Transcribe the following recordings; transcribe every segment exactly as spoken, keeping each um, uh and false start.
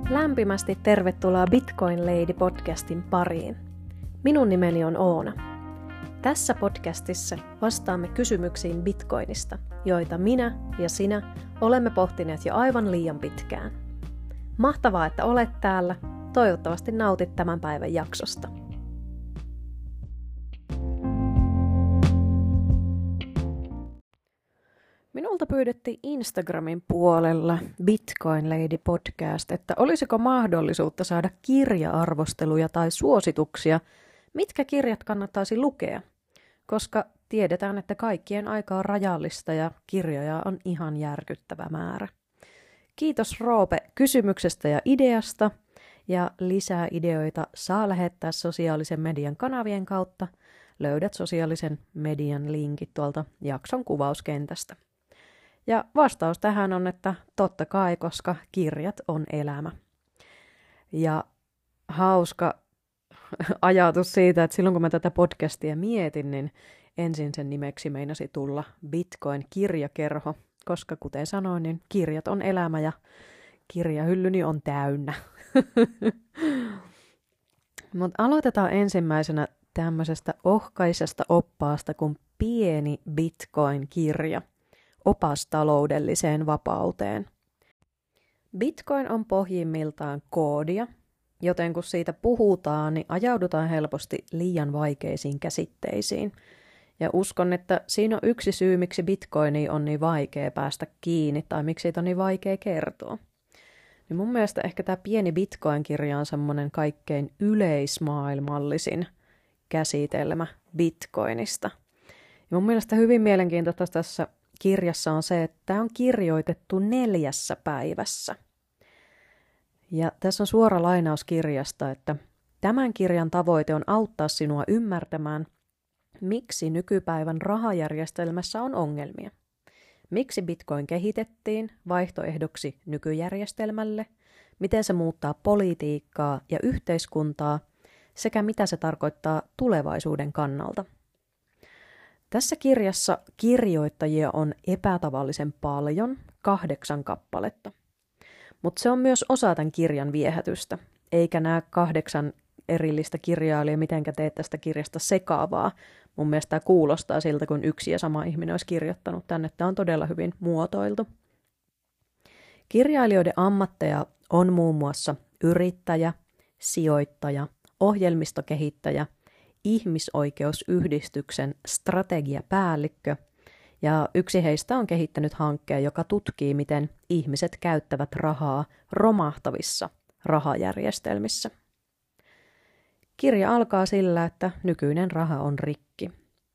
Lämpimästi tervetuloa Bitcoin Lady podcastin pariin. Minun nimeni on Oona. Tässä podcastissa vastaamme kysymyksiin Bitcoinista, joita minä ja sinä olemme pohtineet jo aivan liian pitkään. Mahtavaa, että olet täällä. Toivottavasti nautit tämän päivän jaksosta. Minulta pyydettiin Instagramin puolella Bitcoin Lady podcast, että olisiko mahdollisuutta saada kirja-arvosteluja tai suosituksia, mitkä kirjat kannattaisi lukea, koska tiedetään, että kaikkien aika on rajallista ja kirjoja on ihan järkyttävä määrä. Kiitos Roope kysymyksestä ja ideasta, ja lisää ideoita saa lähettää sosiaalisen median kanavien kautta. Löydät sosiaalisen median linkit tuolta jakson kuvauskentästä. Ja vastaus tähän on, että totta kai, koska kirjat on elämä. Ja hauska ajatus siitä, että silloin kun mä tätä podcastia mietin, niin ensin sen nimeksi meinasi tulla Bitcoin-kirjakerho, koska kuten sanoin, niin kirjat on elämä ja kirjahyllyni on täynnä. Mutta aloitetaan ensimmäisenä tämmöisestä ohkaisesta oppaasta kuin Pieni Bitcoin-kirja. Opas taloudelliseen vapauteen. Bitcoin on pohjimmiltaan koodia, joten kun siitä puhutaan, niin ajaudutaan helposti liian vaikeisiin käsitteisiin. Ja uskon, että siinä on yksi syy, miksi Bitcoiniin on niin vaikea päästä kiinni tai miksi siitä on niin vaikea kertoa. Niin mun mielestä ehkä tämä Pieni Bitcoin-kirja on semmoinen kaikkein yleismaailmallisin käsitelmä Bitcoinista. Ja mun mielestä hyvin mielenkiintoista tässä kirjassa on se, että tämä on kirjoitettu neljässä päivässä. Ja tässä on suora lainaus kirjasta, että tämän kirjan tavoite on auttaa sinua ymmärtämään, miksi nykypäivän rahajärjestelmässä on ongelmia. Miksi Bitcoin kehitettiin vaihtoehdoksi nykyjärjestelmälle, miten se muuttaa politiikkaa ja yhteiskuntaa sekä mitä se tarkoittaa tulevaisuuden kannalta. Tässä kirjassa kirjoittajia on epätavallisen paljon, kahdeksan kappaletta. Mutta se on myös osa tämän kirjan viehätystä, eikä nämä kahdeksan erillistä kirjailijaa mitenkä teet tästä kirjasta sekaavaa. Mun mielestä tämä kuulostaa siltä, kun yksi ja sama ihminen olisi kirjoittanut tänne. Tämä on todella hyvin muotoiltu. Kirjailijoiden ammatteja on muun muassa yrittäjä, sijoittaja, ohjelmistokehittäjä, ihmisoikeusyhdistyksen strategiapäällikkö, ja yksi heistä on kehittänyt hankkeen, joka tutkii, miten ihmiset käyttävät rahaa romahtavissa rahajärjestelmissä. Kirja alkaa sillä, että nykyinen raha on rikki.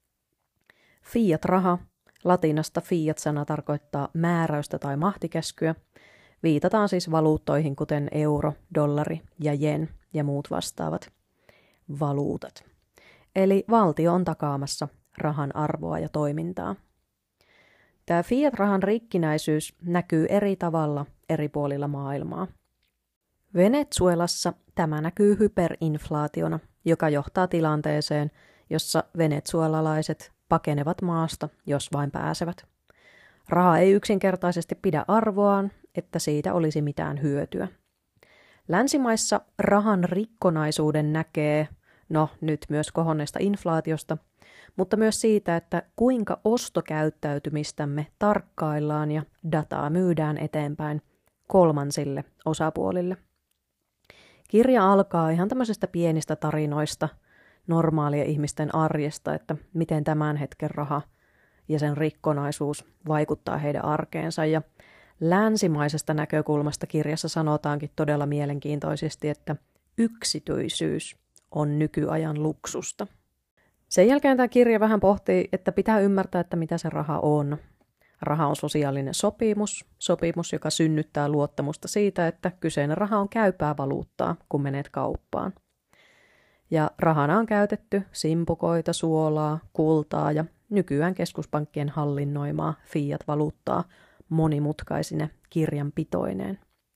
Fiat-raha, latinasta fiat-sana tarkoittaa määräystä tai mahtikäskyä, viitataan siis valuuttoihin kuten euro, dollari ja jen ja muut vastaavat valuutat. Eli valtio on takaamassa rahan arvoa ja toimintaa. Tämä fiat-rahan rikkinäisyys näkyy eri tavalla eri puolilla maailmaa. Venezuelassa tämä näkyy hyperinflaationa, joka johtaa tilanteeseen, jossa venezuelalaiset pakenevat maasta, jos vain pääsevät. Raha ei yksinkertaisesti pidä arvoaan, että siitä olisi mitään hyötyä. Länsimaissa rahan rikkonaisuuden näkee, no nyt myös kohonneesta inflaatiosta, mutta myös siitä, että kuinka ostokäyttäytymistämme tarkkaillaan ja dataa myydään eteenpäin kolmansille osapuolille. Kirja alkaa ihan tämmöisistä pienistä tarinoista, normaalien ihmisten arjesta, että miten tämän hetken raha ja sen rikkonaisuus vaikuttaa heidän arkeensa. Ja länsimaisesta näkökulmasta kirjassa sanotaankin todella mielenkiintoisesti, että yksityisyys on nykyajan luksusta. Sen jälkeen tämä kirja vähän pohtii, että pitää ymmärtää, että mitä se raha on. Raha on sosiaalinen sopimus, sopimus, joka synnyttää luottamusta siitä, että kyseinen raha on käypää valuuttaa, kun menet kauppaan. Ja rahana on käytetty simpukoita, suolaa, kultaa ja nykyään keskuspankkien hallinnoimaa fiat-valuuttaa monimutkaisine kirjanpitoineen.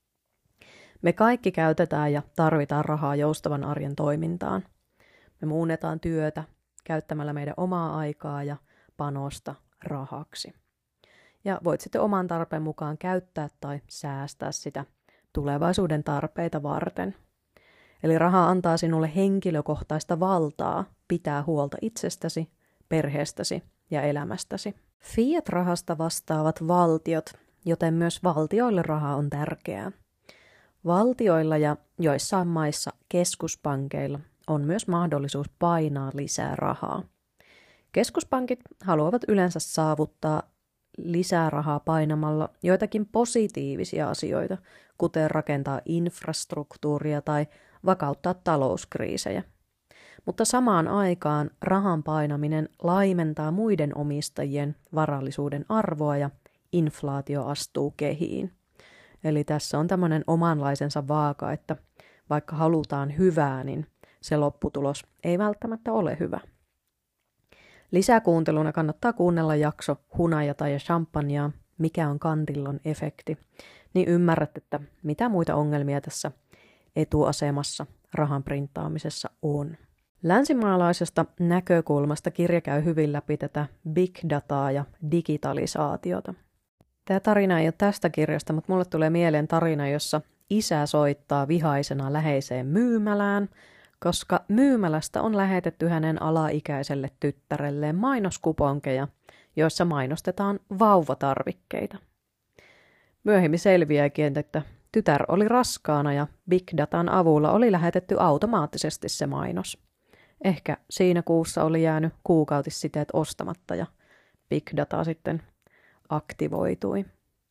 Me kaikki käytetään ja tarvitaan rahaa joustavan arjen toimintaan. Me muunnetaan työtä käyttämällä meidän omaa aikaa ja panosta rahaksi. Ja voit sitten oman tarpeen mukaan käyttää tai säästää sitä tulevaisuuden tarpeita varten. Eli raha antaa sinulle henkilökohtaista valtaa pitää huolta itsestäsi, perheestäsi ja elämästäsi. Fiat-rahasta vastaavat valtiot, joten myös valtioille raha on tärkeää. Valtioilla ja joissain maissa keskuspankeilla on myös mahdollisuus painaa lisää rahaa. Keskuspankit haluavat yleensä saavuttaa lisää rahaa painamalla joitakin positiivisia asioita, kuten rakentaa infrastruktuuria tai vakauttaa talouskriisejä. Mutta samaan aikaan rahan painaminen laimentaa muiden omistajien varallisuuden arvoa ja inflaatio astuu kehiin. Eli tässä on tämmöinen omanlaisensa vaaka, että vaikka halutaan hyvää, niin se lopputulos ei välttämättä ole hyvä. Lisäkuunteluna kannattaa kuunnella jakso Hunajata ja champagnea, mikä on Cantillon efekti, niin ymmärrät, että mitä muita ongelmia tässä etuasemassa rahan printtaamisessa on. Länsimaalaisesta näkökulmasta kirja käy hyvin läpi tätä big dataa ja digitalisaatiota. Tämä tarina ei ole tästä kirjasta, mutta mulle tulee mieleen tarina, jossa isä soittaa vihaisena läheiseen myymälään, koska myymälästä on lähetetty hänen alaikäiselle tyttärelleen mainoskuponkeja, joissa mainostetaan vauvatarvikkeita. Myöhemmin selviääkin, että tytär oli raskaana ja Big Datan avulla oli lähetetty automaattisesti se mainos. Ehkä siinä kuussa oli jäänyt kuukautissiteet ostamatta ja Big Data sitten aktivoitui.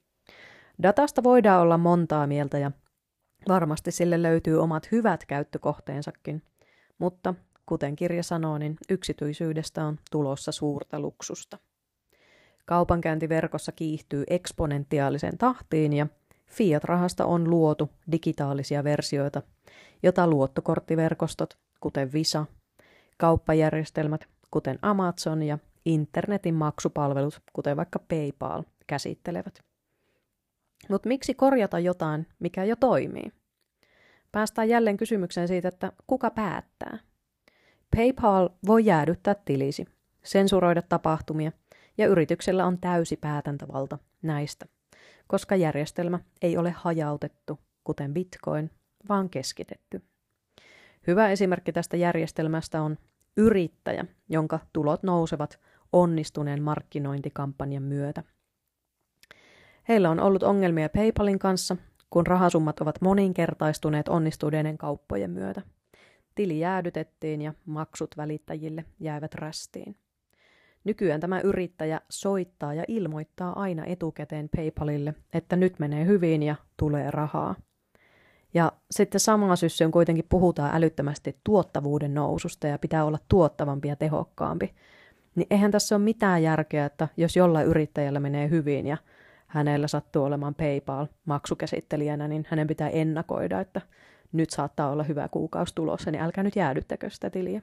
Datasta voidaan olla montaa mieltä ja varmasti sille löytyy omat hyvät käyttökohteensakin, mutta kuten kirja sanoo, niin yksityisyydestä on tulossa suurta luksusta. Kaupankäynti verkossa kiihtyy eksponentiaaliseen tahtiin ja Fiat-rahasta on luotu digitaalisia versioita, jota luottokorttiverkostot, kuten Visa, kauppajärjestelmät, kuten Amazon ja internetin maksupalvelut, kuten vaikka PayPal, käsittelevät. Mutta miksi korjata jotain, mikä jo toimii? Päästään jälleen kysymykseen siitä, että kuka päättää. PayPal voi jäädyttää tilisi, sensuroida tapahtumia ja yrityksellä on täysi päätäntävalta näistä, koska järjestelmä ei ole hajautettu, kuten Bitcoin, vaan keskitetty. Hyvä esimerkki tästä järjestelmästä on yrittäjä, jonka tulot nousevat onnistuneen markkinointikampanjan myötä. Heillä on ollut ongelmia PayPalin kanssa, kun rahasummat ovat moninkertaistuneet onnistuneiden kauppojen myötä. Tili jäädytettiin ja maksut välittäjille jäivät rästiin. Nykyään tämä yrittäjä soittaa ja ilmoittaa aina etukäteen PayPalille, että nyt menee hyvin ja tulee rahaa. Ja sitten samaa syssyyn kuitenkin puhutaan älyttömästi tuottavuuden noususta ja pitää olla tuottavampi ja tehokkaampi. Niin eihän tässä ole mitään järkeä, että jos jollain yrittäjällä menee hyvin ja hänellä sattuu olemaan PayPal maksukäsittelijänä, niin hänen pitää ennakoida, että nyt saattaa olla hyvä kuukausi tulossa, niin älkää nyt jäädyttäkö sitä tiliä.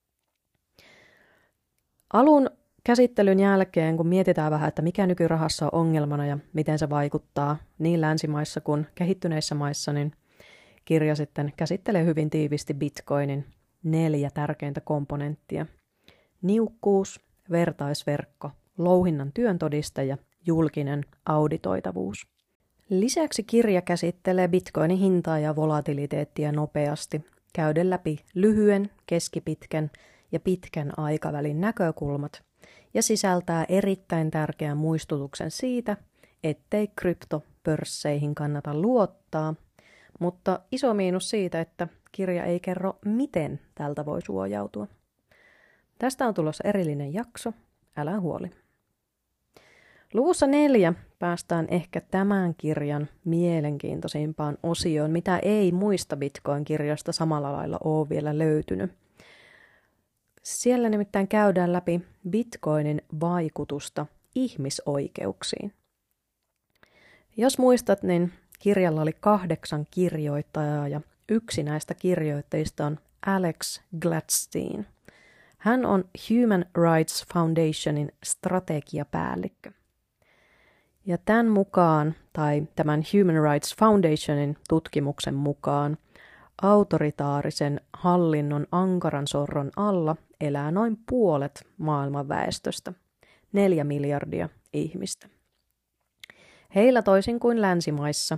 Alun käsittelyn jälkeen, kun mietitään vähän, että mikä nykyrahassa on ongelmana ja miten se vaikuttaa niin länsimaissa kuin kehittyneissä maissa, niin kirja sitten käsittelee hyvin tiivisti Bitcoinin neljä tärkeintä komponenttia. Niukkuus, vertaisverkko, louhinnan työntodiste ja julkinen auditoitavuus. Lisäksi kirja käsittelee Bitcoinin hintaa ja volatiliteettia nopeasti, käyden läpi lyhyen, keskipitkän ja pitkän aikavälin näkökulmat ja sisältää erittäin tärkeän muistutuksen siitä, ettei kryptopörsseihin kannata luottaa, mutta iso miinus siitä, että kirja ei kerro, miten tältä voi suojautua. Tästä on tulossa erillinen jakso, älä huoli. Luvussa neljä päästään ehkä tämän kirjan mielenkiintoisimpaan osioon, mitä ei muista Bitcoin-kirjoista samalla lailla ole vielä löytynyt. Siellä nimittäin käydään läpi Bitcoinin vaikutusta ihmisoikeuksiin. Jos muistat, niin kirjalla oli kahdeksan kirjoittajaa ja yksi näistä kirjoittajista on Alex Gladstein. Hän on Human Rights Foundationin strategiapäällikkö. Ja tämän mukaan, tai tämän Human Rights Foundationin tutkimuksen mukaan, autoritaarisen hallinnon ankaran sorron alla elää noin puolet maailman väestöstä, neljä miljardia ihmistä. Heillä toisin kuin länsimaissa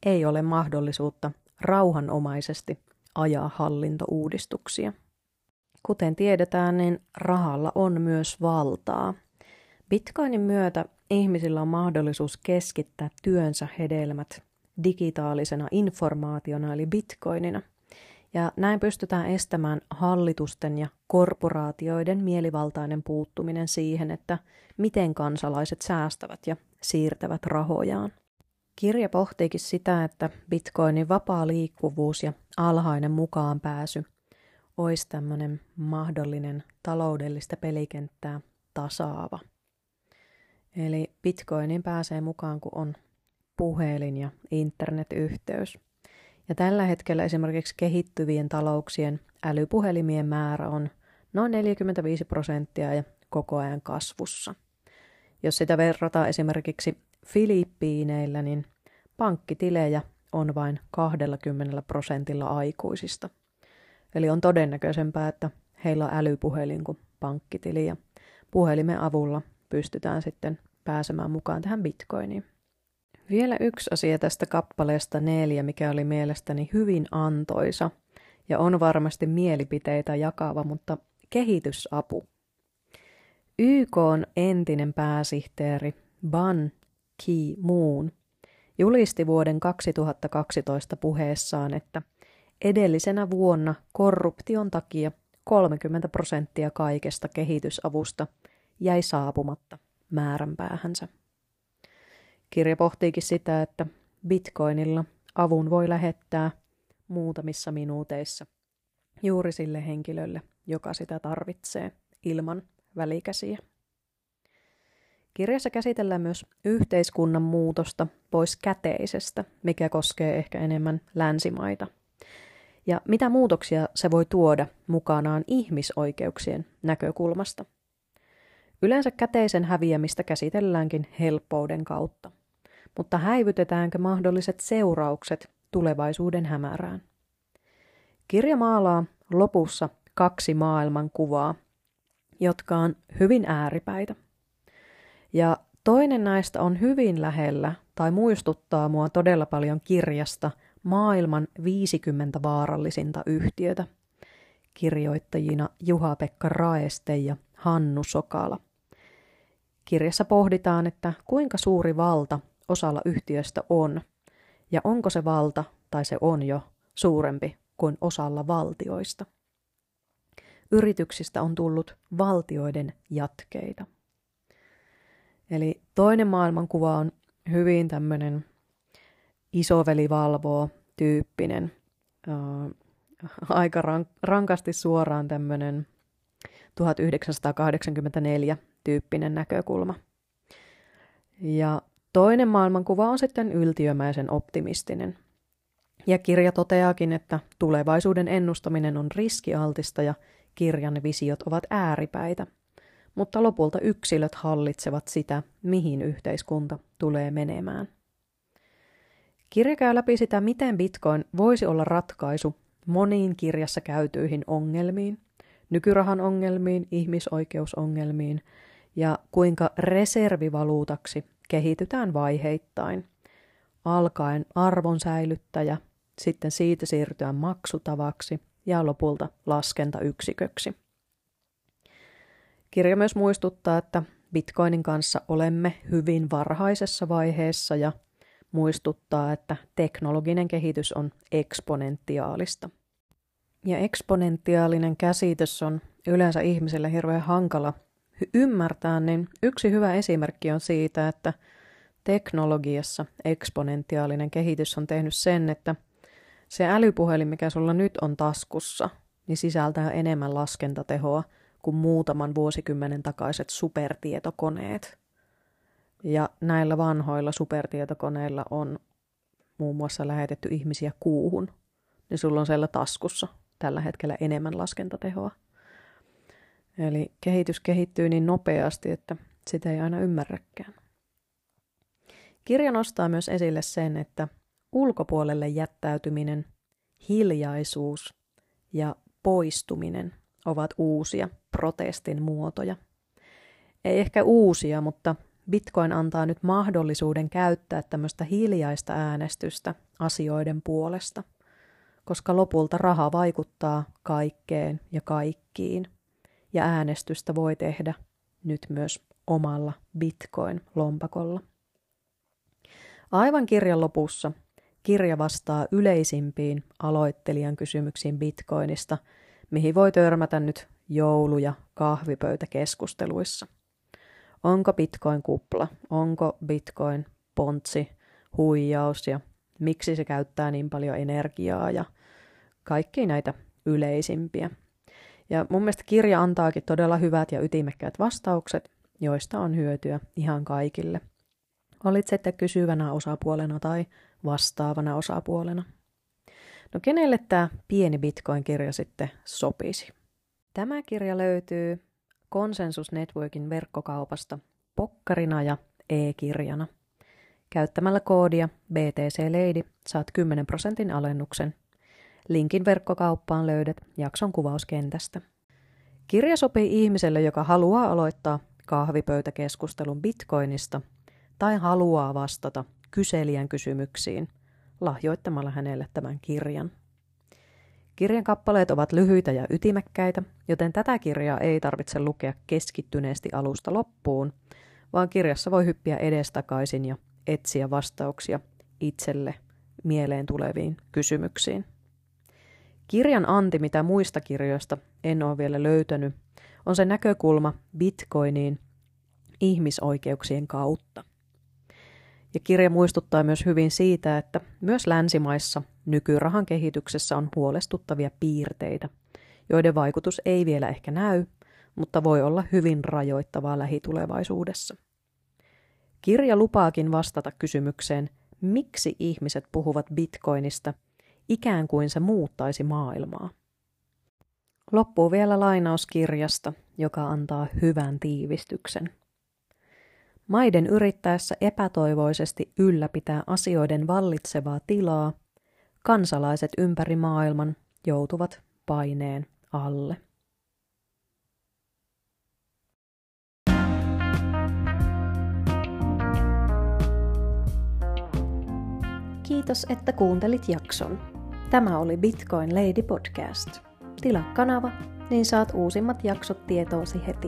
ei ole mahdollisuutta rauhanomaisesti ajaa hallintouudistuksia. Kuten tiedetään, niin rahalla on myös valtaa. Bitcoinin myötä ihmisillä on mahdollisuus keskittää työnsä hedelmät digitaalisena informaationa eli bitcoinina. Ja näin pystytään estämään hallitusten ja korporaatioiden mielivaltainen puuttuminen siihen, että miten kansalaiset säästävät ja siirtävät rahojaan. Kirja pohtiikin sitä, että bitcoinin vapaa liikkuvuus ja alhainen mukaan pääsy olisi tämmöinen mahdollinen taloudellista pelikenttää tasaava. Eli bitcoinin pääsee mukaan, kun on puhelin ja internetyhteys. Ja tällä hetkellä esimerkiksi kehittyvien talouksien älypuhelimien määrä on noin neljäkymmentäviisi prosenttia ja koko ajan kasvussa. Jos sitä verrataan esimerkiksi Filippiineillä, niin pankkitilejä on vain kaksikymmentä prosentilla aikuisista. Eli on todennäköisempää, että heillä on älypuhelin kuin pankkitili ja puhelimen avulla pystytään sitten pääsemään mukaan tähän bitcoiniin. Vielä yksi asia tästä kappaleesta neljä, mikä oli mielestäni hyvin antoisa ja on varmasti mielipiteitä jakava, mutta kehitysapu. Y K:n entinen pääsihteeri Ban Ki-moon julisti vuoden kaksituhattakaksitoista puheessaan, että edellisenä vuonna korruption takia kolmekymmentä prosenttia kaikesta kehitysavusta jäi saapumatta määränpäähänsä. Kirja pohtiikin sitä, että bitcoinilla avun voi lähettää muutamissa minuuteissa juuri sille henkilölle, joka sitä tarvitsee ilman välikäsiä. Kirjassa käsitellään myös yhteiskunnan muutosta pois käteisestä, mikä koskee ehkä enemmän länsimaita. Ja mitä muutoksia se voi tuoda mukanaan ihmisoikeuksien näkökulmasta. Yleensä käteisen häviämistä käsitelläänkin helppouden kautta. Mutta häivytetäänkö mahdolliset seuraukset tulevaisuuden hämärään? Kirja maalaa lopussa kaksi maailmankuvaa, jotka on hyvin ääripäitä. Ja toinen näistä on hyvin lähellä tai muistuttaa mua todella paljon kirjasta Maailman viisikymmentä vaarallisinta yhtiötä, kirjoittajina Juha-Pekka Raeste ja Hannu Sokala. Kirjassa pohditaan, että kuinka suuri valta osalla yhtiöistä on, ja onko se valta, tai se on jo, suurempi kuin osalla valtioista. Yrityksistä on tullut valtioiden jatkeita. Eli toinen maailmankuva on hyvin tämmöinen isoveli valvoo tyyppinen, äh, aika rank- rankasti suoraan tämmöinen tuhatyhdeksänsataakahdeksankymmentäneljä tyyppinen näkökulma. Ja toinen maailmankuva on sitten yltiömäisen optimistinen. Ja kirja toteaakin, että tulevaisuuden ennustaminen on riskialtista ja kirjan visiot ovat ääripäitä, mutta lopulta yksilöt hallitsevat sitä, mihin yhteiskunta tulee menemään. Kirja käy läpi sitä, miten Bitcoin voisi olla ratkaisu moniin kirjassa käytyihin ongelmiin, nykyrahan ongelmiin, ihmisoikeusongelmiin ja kuinka reservivaluutaksi kehitytään vaiheittain, alkaen arvon säilyttäjä, sitten siitä siirtyä maksutavaksi ja lopulta laskentayksiköksi. Kirja myös muistuttaa, että Bitcoinin kanssa olemme hyvin varhaisessa vaiheessa ja muistuttaa, että teknologinen kehitys on eksponentiaalista. Ja eksponentiaalinen käsitys on yleensä ihmiselle hirveän hankala ymmärtää, niin yksi hyvä esimerkki on siitä, että teknologiassa eksponentiaalinen kehitys on tehnyt sen, että se älypuhelin, mikä sulla nyt on taskussa, niin sisältää enemmän laskentatehoa kuin muutaman vuosikymmenen takaiset supertietokoneet. Ja näillä vanhoilla supertietokoneilla on muun muassa lähetetty ihmisiä kuuhun, niin sulla on siellä taskussa tällä hetkellä enemmän laskentatehoa. Eli kehitys kehittyy niin nopeasti, että sitä ei aina ymmärräkään. Kirja nostaa myös esille sen, että ulkopuolelle jättäytyminen, hiljaisuus ja poistuminen ovat uusia protestin muotoja. Ei ehkä uusia, mutta Bitcoin antaa nyt mahdollisuuden käyttää tämmöistä hiljaista äänestystä asioiden puolesta, koska lopulta raha vaikuttaa kaikkeen ja kaikkiin, ja äänestystä voi tehdä nyt myös omalla Bitcoin-lompakolla. Aivan kirjan lopussa kirja vastaa yleisimpiin aloittelijan kysymyksiin Bitcoinista, mihin voi törmätä nyt joulu- ja kahvipöytäkeskusteluissa. Onko Bitcoin kupla? Onko Bitcoin pontsi, huijaus ja miksi se käyttää niin paljon energiaa ja kaikki näitä yleisimpiä. Ja mun mielestä kirja antaakin todella hyvät ja ytimekkäät vastaukset, joista on hyötyä ihan kaikille. Olit sitten kysyvänä osapuolena tai vastaavana osapuolena. No kenelle tämä pieni Bitcoin-kirja sitten sopisi? Tämä kirja löytyy Consensus Networkin verkkokaupasta pokkarina ja e-kirjana. Käyttämällä koodia B T C Lady saat kymmenen prosentin alennuksen. Linkin verkkokauppaan löydät jakson kuvauskentästä. Kirja sopii ihmiselle, joka haluaa aloittaa kahvipöytäkeskustelun Bitcoinista tai haluaa vastata kyselijän kysymyksiin lahjoittamalla hänelle tämän kirjan. Kirjan kappaleet ovat lyhyitä ja ytimekkäitä, joten tätä kirjaa ei tarvitse lukea keskittyneesti alusta loppuun, vaan kirjassa voi hyppiä edestakaisin ja etsiä vastauksia itselle mieleen tuleviin kysymyksiin. Kirjan anti, mitä muista kirjoista en ole vielä löytänyt, on se näkökulma Bitcoiniin ihmisoikeuksien kautta. Ja kirja muistuttaa myös hyvin siitä, että myös länsimaissa nykyrahan kehityksessä on huolestuttavia piirteitä, joiden vaikutus ei vielä ehkä näy, mutta voi olla hyvin rajoittavaa lähitulevaisuudessa. Kirja lupaakin vastata kysymykseen, miksi ihmiset puhuvat Bitcoinista, ikään kuin se muuttaisi maailmaa. Loppuu vielä lainaus kirjasta, joka antaa hyvän tiivistyksen. Maiden yrittäessä epätoivoisesti ylläpitää asioiden vallitsevaa tilaa, kansalaiset ympäri maailman joutuvat paineen alle. Kiitos, että kuuntelit jakson. Tämä oli Bitcoin Lady Podcast. Tilaa kanava, niin saat uusimmat jaksot tietoosi heti.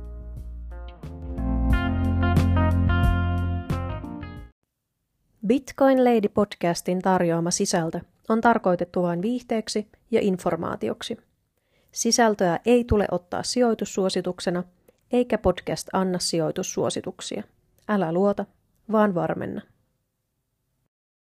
Bitcoin Lady Podcastin tarjoama sisältö on tarkoitettu vain viihteeksi ja informaatioksi. Sisältöä ei tule ottaa sijoitussuosituksena, eikä podcast anna sijoitussuosituksia. Älä luota, vaan varmenna.